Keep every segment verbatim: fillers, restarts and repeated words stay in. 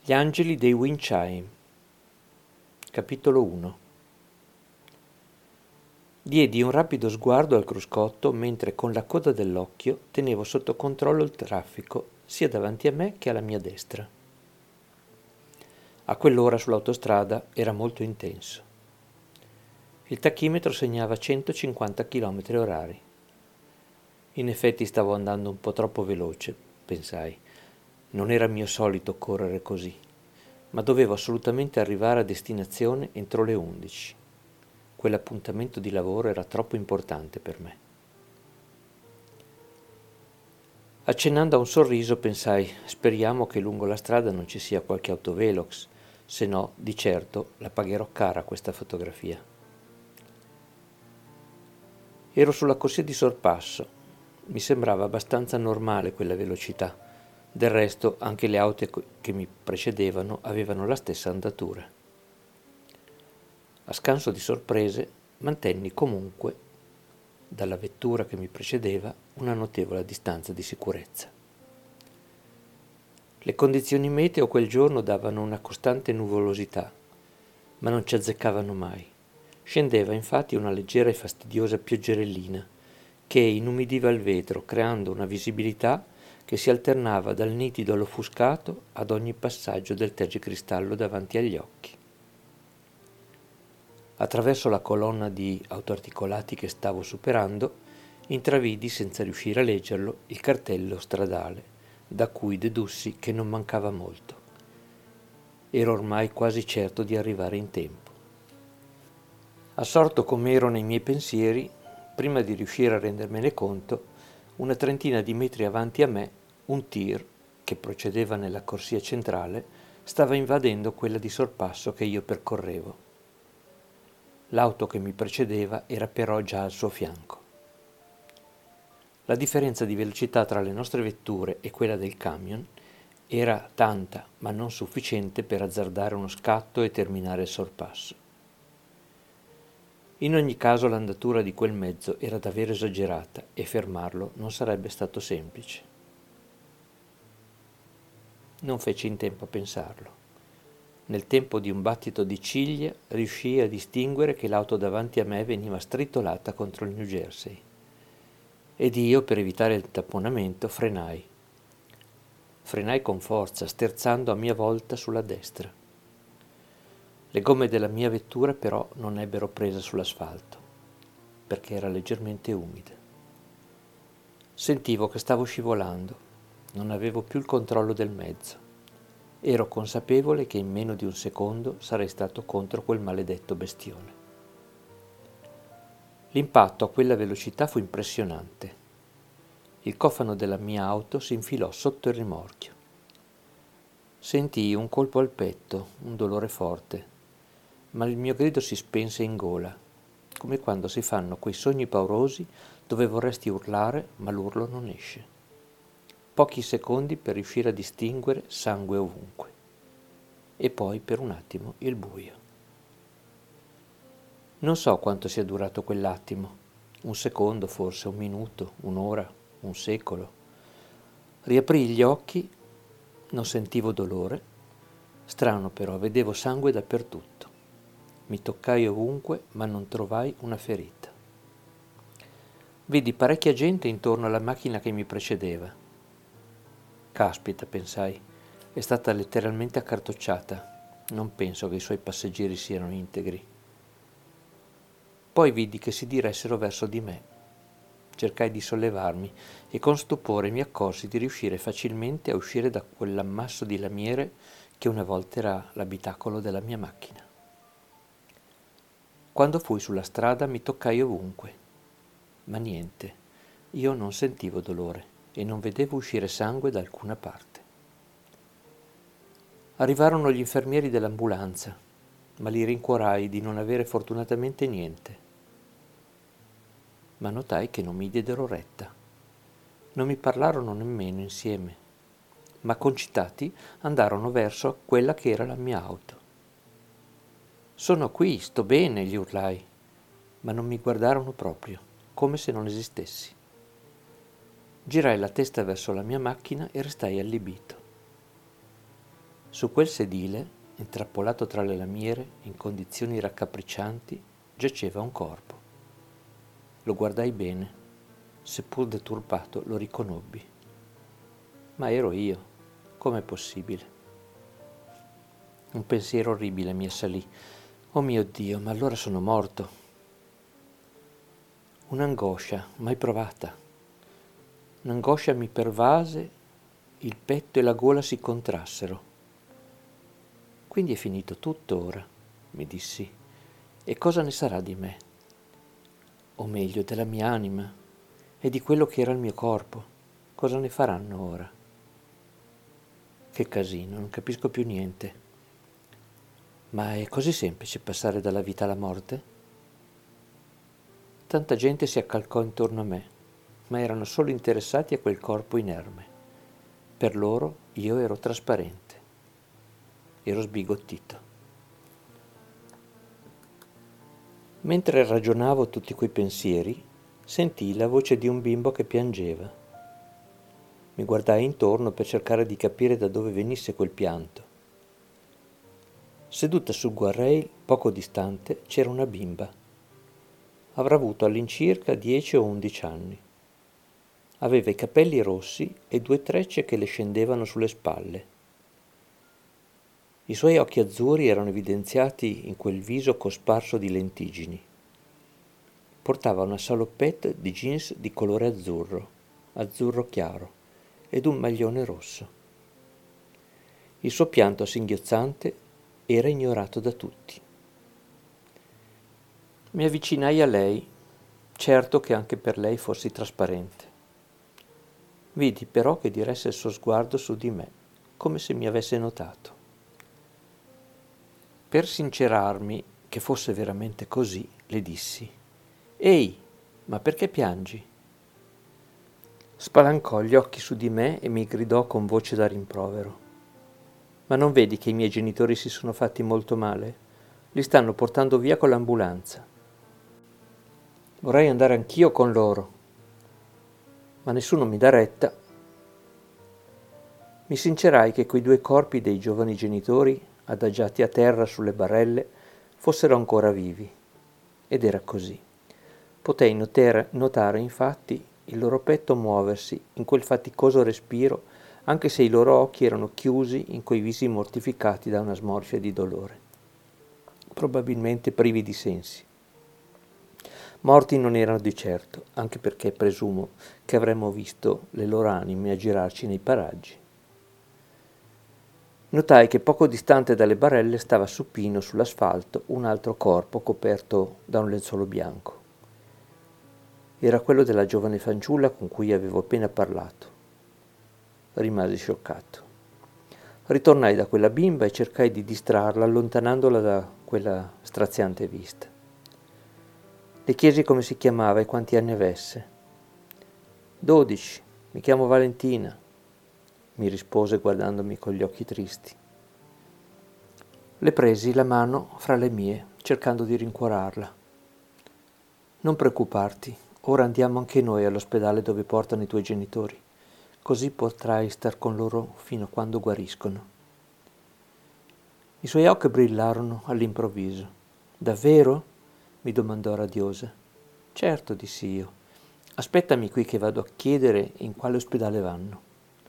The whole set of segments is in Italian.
Gli angeli dei Wind Chime, capitolo uno. Diedi un rapido sguardo al cruscotto mentre con la coda dell'occhio tenevo sotto controllo il traffico sia davanti a me che alla mia destra. A quell'ora sull'autostrada era molto intenso. Il tachimetro segnava centocinquanta chilometri orari. In effetti stavo andando un po' troppo veloce, pensai. Non era mio solito correre così, ma dovevo assolutamente arrivare a destinazione entro le undici. Quell'appuntamento di lavoro era troppo importante per me. Accennando a un sorriso pensai, speriamo che lungo la strada non ci sia qualche autovelox, se no, di certo, la pagherò cara questa fotografia. Ero sulla corsia di sorpasso. Mi sembrava abbastanza normale quella velocità. Del resto, anche le auto che mi precedevano avevano la stessa andatura. A scanso di sorprese, mantenni comunque, dalla vettura che mi precedeva, una notevole distanza di sicurezza. Le condizioni meteo quel giorno davano una costante nuvolosità, ma non ci azzeccavano mai. Scendeva infatti una leggera e fastidiosa pioggerellina che inumidiva il vetro, creando una visibilità che si alternava dal nitido all'offuscato ad ogni passaggio del tergicristallo davanti agli occhi. Attraverso la colonna di autoarticolati che stavo superando, intravidi, senza riuscire a leggerlo, il cartello stradale, da cui dedussi che non mancava molto. Ero ormai quasi certo di arrivare in tempo. Assorto come ero nei miei pensieri, prima di riuscire a rendermene conto, una trentina di metri avanti a me, un tir, che procedeva nella corsia centrale, stava invadendo quella di sorpasso che io percorrevo. L'auto che mi precedeva era però già al suo fianco. La differenza di velocità tra le nostre vetture e quella del camion era tanta, ma non sufficiente per azzardare uno scatto e terminare il sorpasso. In ogni caso l'andatura di quel mezzo era davvero esagerata e fermarlo non sarebbe stato semplice. Non feci in tempo a pensarlo. Nel tempo di un battito di ciglia riuscii a distinguere che l'auto davanti a me veniva stritolata contro il New Jersey. Ed io, per evitare il tapponamento, frenai. Frenai con forza, sterzando a mia volta sulla destra. Le gomme della mia vettura però non ebbero presa sull'asfalto, perché era leggermente umida. Sentivo che stavo scivolando, non avevo più il controllo del mezzo. Ero consapevole che in meno di un secondo sarei stato contro quel maledetto bestione. L'impatto a quella velocità fu impressionante. Il cofano della mia auto si infilò sotto il rimorchio. Sentii un colpo al petto, un dolore forte, ma il mio grido si spense in gola, come quando si fanno quei sogni paurosi dove vorresti urlare ma l'urlo non esce. Pochi secondi per riuscire a distinguere sangue ovunque. E poi per un attimo il buio. Non so quanto sia durato quell'attimo, un secondo forse, un minuto, un'ora, un secolo. Riaprii gli occhi, non sentivo dolore, strano però, vedevo sangue dappertutto. Mi toccai ovunque, ma non trovai una ferita. Vidi parecchia gente intorno alla macchina che mi precedeva. Caspita, pensai, è stata letteralmente accartocciata. Non penso che i suoi passeggeri siano integri. Poi vidi che si diressero verso di me. Cercai di sollevarmi e con stupore mi accorsi di riuscire facilmente a uscire da quell'ammasso di lamiere che una volta era l'abitacolo della mia macchina. Quando fui sulla strada mi toccai ovunque, ma niente, io non sentivo dolore e non vedevo uscire sangue da alcuna parte. Arrivarono gli infermieri dell'ambulanza, ma li rincuorai di non avere fortunatamente niente. Ma notai che non mi diedero retta. Non mi parlarono nemmeno insieme, ma concitati andarono verso quella che era la mia auto. «Sono qui, sto bene», gli urlai, ma non mi guardarono proprio, come se non esistessi. Girai la testa verso la mia macchina e restai allibito. Su quel sedile, intrappolato tra le lamiere, in condizioni raccapriccianti, giaceva un corpo. Lo guardai bene, seppur deturbato lo riconobbi. Ma ero io, com'è possibile? Un pensiero orribile mi assalì. Oh mio Dio, ma allora sono morto. Un'angoscia mai provata. Un'angoscia mi pervase, il petto e la gola si contrassero. Quindi è finito tutto ora, mi dissi. E cosa ne sarà di me? O meglio, della mia anima e di quello che era il mio corpo. Cosa ne faranno ora? Che casino, non capisco più niente. Ma è così semplice passare dalla vita alla morte? Tanta gente si accalcò intorno a me, ma erano solo interessati a quel corpo inerme. Per loro io ero trasparente. Ero sbigottito. Mentre ragionavo tutti quei pensieri, sentii la voce di un bimbo che piangeva. Mi guardai intorno per cercare di capire da dove venisse quel pianto. Seduta sul guardrail, poco distante, c'era una bimba. Avrà avuto all'incirca dieci o undici anni. Aveva i capelli rossi e due trecce che le scendevano sulle spalle. I suoi occhi azzurri erano evidenziati in quel viso cosparso di lentiggini. Portava una salopette di jeans di colore azzurro, azzurro chiaro, ed un maglione rosso. Il suo pianto singhiozzante era ignorato da tutti. Mi avvicinai a lei, certo che anche per lei fossi trasparente. Vidi però che diresse il suo sguardo su di me, come se mi avesse notato. Per sincerarmi che fosse veramente così, le dissi: «Ehi, ma perché piangi?» Spalancò gli occhi su di me e mi gridò con voce da rimprovero: «Ma non vedi che i miei genitori si sono fatti molto male? Li stanno portando via con l'ambulanza. Vorrei andare anch'io con loro, ma nessuno mi dà retta». Mi sincerai che quei due corpi dei giovani genitori, adagiati a terra sulle barelle, fossero ancora vivi. Ed era così. Potei notare, notare infatti il loro petto muoversi in quel faticoso respiro, anche se i loro occhi erano chiusi in quei visi mortificati da una smorfia di dolore, probabilmente privi di sensi. Morti non erano di certo, anche perché presumo che avremmo visto le loro anime aggirarci nei paraggi. Notai che poco distante dalle barelle stava supino sull'asfalto un altro corpo coperto da un lenzuolo bianco. Era quello della giovane fanciulla con cui avevo appena parlato. Rimasi scioccato. Ritornai da quella bimba e cercai di distrarla allontanandola da quella straziante vista. Le chiesi come si chiamava e quanti anni avesse. «Dodici, mi chiamo Valentina», mi rispose guardandomi con gli occhi tristi. Le presi la mano fra le mie, cercando di rincuorarla. «Non preoccuparti, ora andiamo anche noi all'ospedale dove portano i tuoi genitori, così potrai star con loro fino a quando guariscono». I suoi occhi brillarono all'improvviso. «Davvero?» mi domandò radiosa. «Certo», dissi io. «Aspettami qui che vado a chiedere in quale ospedale vanno».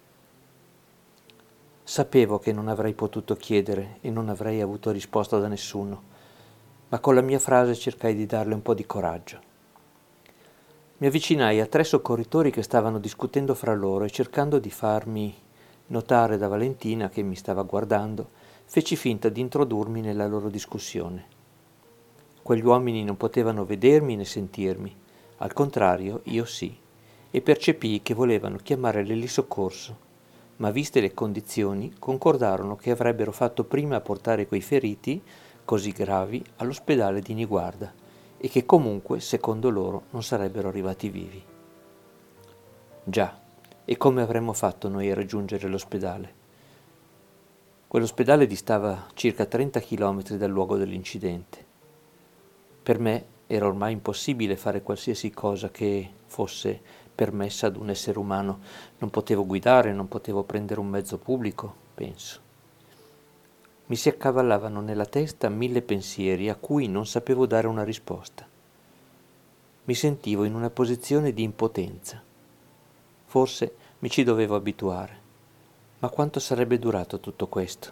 Sapevo che non avrei potuto chiedere e non avrei avuto risposta da nessuno, ma con la mia frase cercai di darle un po' di coraggio. Mi avvicinai a tre soccorritori che stavano discutendo fra loro e, cercando di farmi notare da Valentina che mi stava guardando, feci finta di introdurmi nella loro discussione. Quegli uomini non potevano vedermi né sentirmi, al contrario io sì, e percepii che volevano chiamare l'elisoccorso, ma viste le condizioni concordarono che avrebbero fatto prima a portare quei feriti, così gravi, all'ospedale di Niguarda e che comunque, secondo loro, non sarebbero arrivati vivi. Già, e come avremmo fatto noi a raggiungere l'ospedale? Quell'ospedale distava circa trenta chilometri dal luogo dell'incidente. Per me era ormai impossibile fare qualsiasi cosa che fosse permessa ad un essere umano. Non potevo guidare, non potevo prendere un mezzo pubblico, penso. Mi si accavallavano nella testa mille pensieri a cui non sapevo dare una risposta. Mi sentivo in una posizione di impotenza. Forse mi ci dovevo abituare, ma quanto sarebbe durato tutto questo?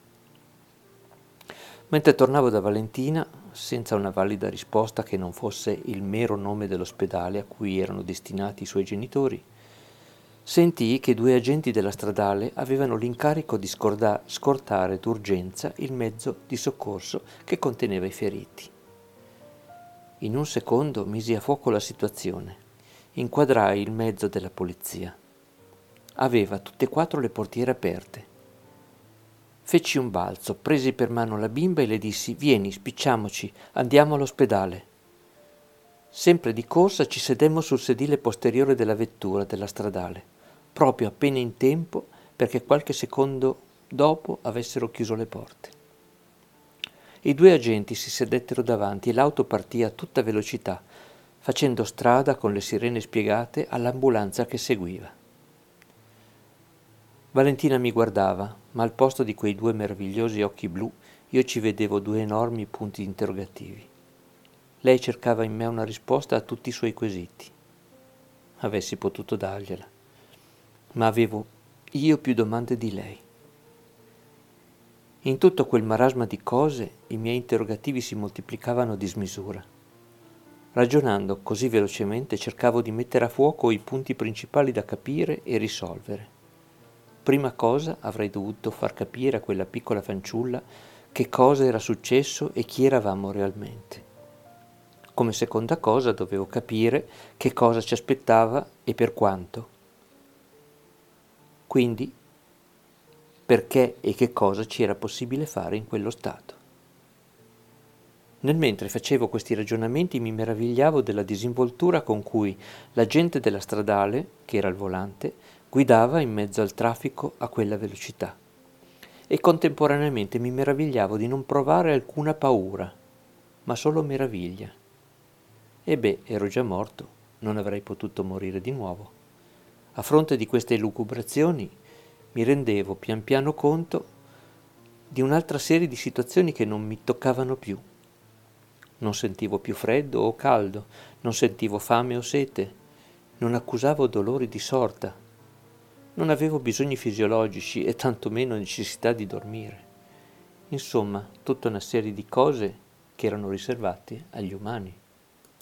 Mentre tornavo da Valentina, senza una valida risposta che non fosse il mero nome dell'ospedale a cui erano destinati i suoi genitori, sentii che due agenti della stradale avevano l'incarico di scorda- scortare d'urgenza il mezzo di soccorso che conteneva i feriti. In un secondo misi a fuoco la situazione. Inquadrai il mezzo della polizia. Aveva tutte e quattro le portiere aperte. Feci un balzo, presi per mano la bimba e le dissi: «Vieni, spicciamoci, andiamo all'ospedale». Sempre di corsa ci sedemmo sul sedile posteriore della vettura della stradale, proprio appena in tempo perché qualche secondo dopo avessero chiuso le porte. I due agenti si sedettero davanti e l'auto partì a tutta velocità, facendo strada con le sirene spiegate all'ambulanza che seguiva. Valentina mi guardava, ma al posto di quei due meravigliosi occhi blu io ci vedevo due enormi punti interrogativi. Lei cercava in me una risposta a tutti i suoi quesiti. Avessi potuto dargliela, ma avevo io più domande di lei. In tutto quel marasma di cose i miei interrogativi si moltiplicavano a dismisura. Ragionando così velocemente cercavo di mettere a fuoco i punti principali da capire e risolvere. Prima cosa avrei dovuto far capire a quella piccola fanciulla che cosa era successo e chi eravamo realmente. Come seconda cosa dovevo capire che cosa ci aspettava e per quanto. Quindi, perché e che cosa ci era possibile fare in quello stato. Nel mentre facevo questi ragionamenti mi meravigliavo della disinvoltura con cui l'agente della stradale, che era al volante, guidava in mezzo al traffico a quella velocità. E contemporaneamente mi meravigliavo di non provare alcuna paura, ma solo meraviglia. E beh, ero già morto, non avrei potuto morire di nuovo. A fronte di queste elucubrazioni mi rendevo pian piano conto di un'altra serie di situazioni che non mi toccavano più. Non sentivo più freddo o caldo, non sentivo fame o sete, non accusavo dolori di sorta, non avevo bisogni fisiologici e tantomeno necessità di dormire. Insomma, tutta una serie di cose che erano riservate agli umani.